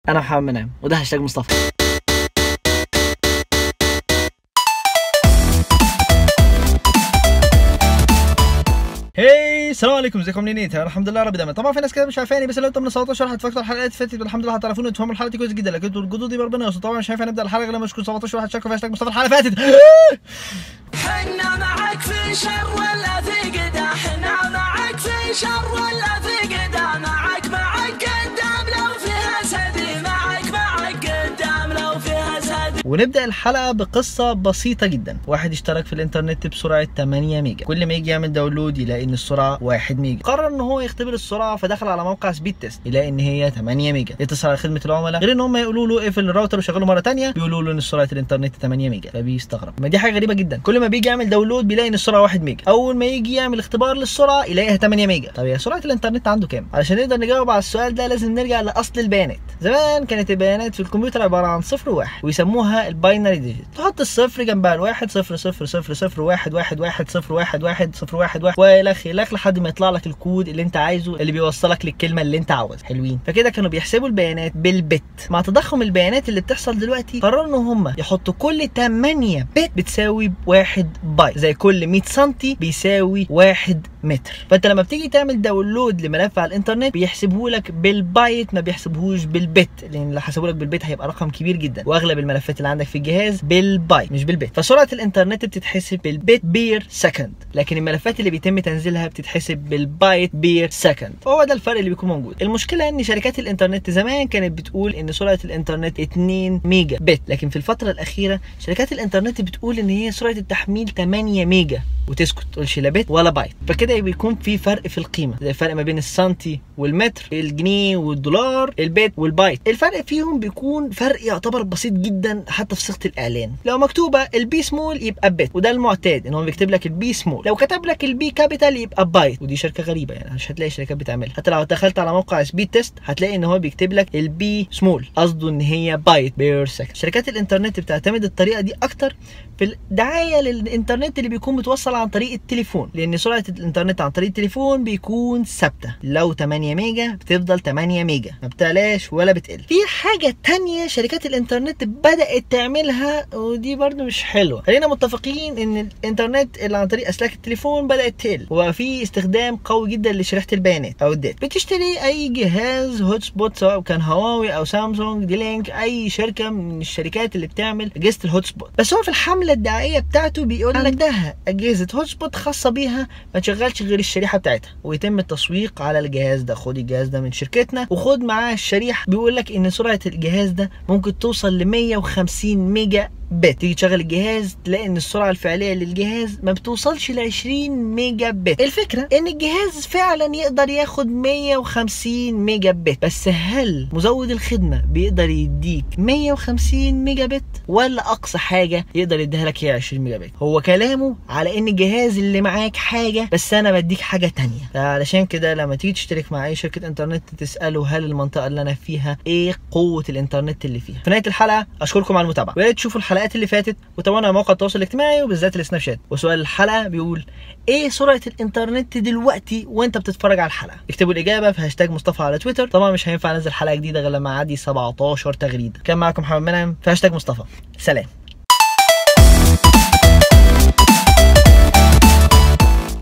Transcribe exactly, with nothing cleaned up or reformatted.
انا محمد منعم وده هاشتاج مصطفى. هاي السلام عليكم، ازيكم عاملين ايه؟ الحمد لله رب دايما. طبعا في ناس كده مش عارفاني، بس لو انت من سبعتاشر هتفكروا الحلقات اللي فاتت الحمد لله هتعرفوني وتفهموا الحلقه دي كويس جدا، لكن انتوا الجدود دي ربنا يستر. طبعا مش هينفع نبدا الحلقه غير لما نشكر سبعتاشر واحد شاركوا في هاشتاج مصطفى الحلقه اللي فاتت. حنا معاك في شر ولا في قدا، حنا معاك في شر ولا في قدا، معاك معاك قدام لو فيها سدي، معاك معاك قدام لو فيها سدي. ونبدا الحلقه بقصه بسيطه جدا. واحد اشترك في الانترنت بسرعه ثمانية ميجا، كل ما يجي يعمل داونلود يلاقي ان السرعه واحد ميجا. قرر ان هو يختبر السرعه فدخل على موقع سبيد تيست يلاقي ان هي ثمانية ميجا. يتصل على خدمه العملاء، غير ان هم يقولوا له اقفل الراوتر وشغله مره ثانيه بيقولوا له ان سرعه الانترنت ثمانية ميجا، فبيستغرب. ما دي حاجه غريبه جدا، كل ما بيجي يعمل داونلود بيلاقي ان السرعه واحد ميجا، اول ما يجي يعمل اختبار للسرعه يلاقيها ثمانية ميجا. طب يا سرعه الانترنت عنده كام؟ علشان نقدر نجاوب على السؤال ده لازم نرجع لاصل البيانات. زمان كانت البيانات في الكمبيوتر عباره عن صفر وواحد ويسموها الباينري ديجيت. تحط الصفر جنبها الواحد، صفر صفر صفر صفر واحد واحد واحد صفر واحد واحد صفر واحد واحد والخ الخ لحد ما يطلع لك الكود اللي انت عايزه اللي بيوصلك للكلمه اللي انت عاوزها. حلوين. فكده كانوا بيحسبوا البيانات بالبت. مع تضخم البيانات اللي بتحصل دلوقتي قرروا ان هم يحطوا كل ثمانية بت بتساوي واحد بايت، زي كل مية سنتي بيساوي واحد متر. فانت لما بتيجي تعمل داونلود لملف على الانترنت بيحسبه لك بالبايت، ما بيحسبهوش بالبت، لان لو حسبه لك بالبت هيبقى رقم كبير جدا، واغلب الملفات اللي عندك في الجهاز بالبايت مش بالبت. فسرعه الانترنت بتتحسب بالبت بير سكند، لكن الملفات اللي بيتم تنزيلها بتتحسب بالبايت بير سكند. هو ده الفرق اللي بيكون موجود. المشكله ان شركات الانترنت زمان كانت بتقول ان سرعه الانترنت اتنين ميجا بت، لكن في الفتره الاخيره شركات الانترنت بتقول ان هي سرعه التحميل ثمانية ميجا وتسكت، تقولش لا بت ولا بايت. فكده بيكون في فرق في القيمه، زي الفرق ما بين السنتي والمتر، الجنيه والدولار، البت والبايت. الفرق فيهم بيكون فرق يعتبر بسيط جدا حتى في صيغه الاعلان. لو مكتوبه البي سمول يبقى بت، وده المعتاد ان هو بيكتب لك البي سمول. لو كتب لك البي كابيتال يبقى بايت، ودي شركه غريبه يعني مش هتلاقي شركات بتعملها. حتى لو دخلت على موقع سبيد تيست هتلاقي ان هو بيكتب لك البي سمول، قصده ان هي بايت بير سكند. شركات الانترنت بتعتمد الطريقه دي اكتر في الدعايه للانترنت اللي بيكون متوصل عن طريق التليفون، لان سرعه الانترنت عن طريق التليفون بيكون ثابته. لو ثمانية ميجا بتفضل ثمانية ميجا، ما بتعلاش ولا بتقل. في حاجه ثانيه شركات الانترنت بدات تعملها ودي برده مش حلوه. خلينا متفقين ان الانترنت اللي عن طريق اسلاك التليفون بدات تقل، وبقى في استخدام قوي جدا لشريحه البيانات او الداتا. بتشتري اي جهاز هوت سبوت سواء كان هواوي او سامسونج دي لينك، اي شركه من الشركات اللي بتعمل اجهزه الهوت سبوت، بس هو في الحمله الدعائيه بتاعته بيقول لك ده اجهزه هوت سبوت خاصه بيها ما تشغلش غير الشريحه بتاعتها، ويتم التسويق على الجهاز ده. خد الجهاز ده من شركتنا وخد معاه الشريحه. بيقول لك ان سرعه الجهاز ده ممكن توصل ل مية وخمسين ميجا بت. تيجي تشغل الجهاز تلاقي ان السرعه الفعليه للجهاز ما بتوصلش ل عشرين ميجا بت. الفكره ان الجهاز فعلا يقدر ياخد مية وخمسين ميجا بت، بس هل مزود الخدمه بيقدر يديك مية وخمسين ميجا بت ولا اقصى حاجه يقدر يديها لك هي عشرين ميجا بت؟ هو كلامه على ان الجهاز اللي معاك حاجه بس انا بديك حاجه تانية. فعلشان كده لما تيجي تشترك مع اي شركه انترنت تساله هل المنطقه اللي انا فيها ايه قوه الانترنت اللي فيها. في نهايه الحلقه اشكركم على المتابعه، ويا ريت تشوفوا الحلقات اللي فاتت وتابعونا على مواقع التواصل الاجتماعي وبالذات السناب شات. وسؤال الحلقه بيقول ايه سرعه الانترنت دلوقتي وانت بتتفرج على الحلقه؟ اكتبوا الاجابه في هاشتاج مصطفى على تويتر. طبعا مش هينفع انزل حلقه جديده غير لما اعدي سبعتاشر تغريده. كان معاكم محمد منعم في هاشتاج مصطفى. سلام.